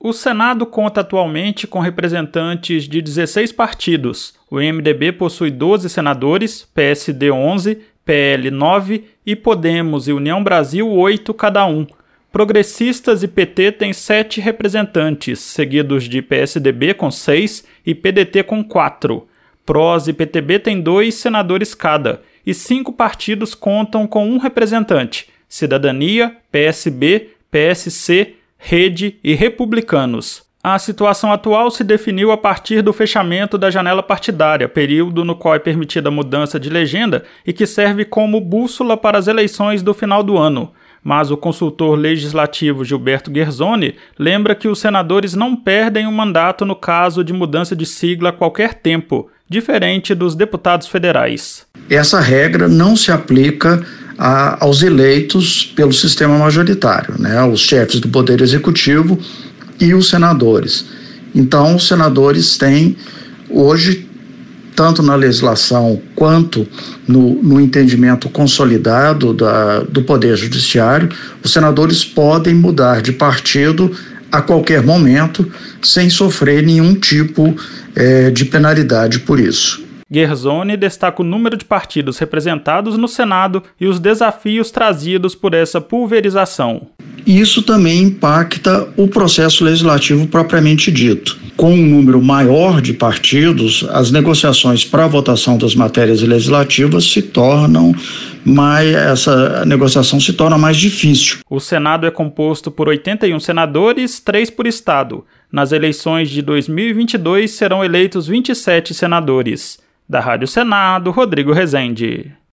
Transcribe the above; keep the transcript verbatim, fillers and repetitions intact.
O Senado conta atualmente com representantes de dezesseis partidos. O M D B possui doze senadores, P S D onze, P L nove e Podemos e União Brasil oito cada um. Progressistas e P T têm sete representantes, seguidos de P S D B com seis e P D T com quatro. PROS e P T B têm dois senadores cada, e cinco partidos contam com um representante: Cidadania, P S B, P S C, Rede e Republicanos. A situação atual se definiu a partir do fechamento da janela partidária, período no qual é permitida a mudança de legenda e que serve como bússola para as eleições do final do ano. Mas o consultor legislativo Gilberto Guerzoni lembra que os senadores não perdem o mandato no caso de mudança de sigla a qualquer tempo, diferente dos deputados federais. Essa regra não se aplica a, aos eleitos pelo sistema majoritário, né? Os chefes do Poder Executivo e os senadores. Então, os senadores têm, hoje, tanto na legislação quanto no, no entendimento consolidado da, do Poder Judiciário, os senadores podem mudar de partido a qualquer momento, sem sofrer nenhum tipo eh, de penalidade por isso. Guerzoni destaca o número de partidos representados no Senado e os desafios trazidos por essa pulverização. Isso também impacta o processo legislativo propriamente dito. Com um número maior de partidos, as negociações para a votação das matérias legislativas se tornam mais, essa negociação se torna mais difícil. O Senado é composto por oitenta e um senadores, três por estado. Nas eleições de dois mil e vinte e dois serão eleitos vinte e sete senadores. Da Rádio Senado, Rodrigo Rezende.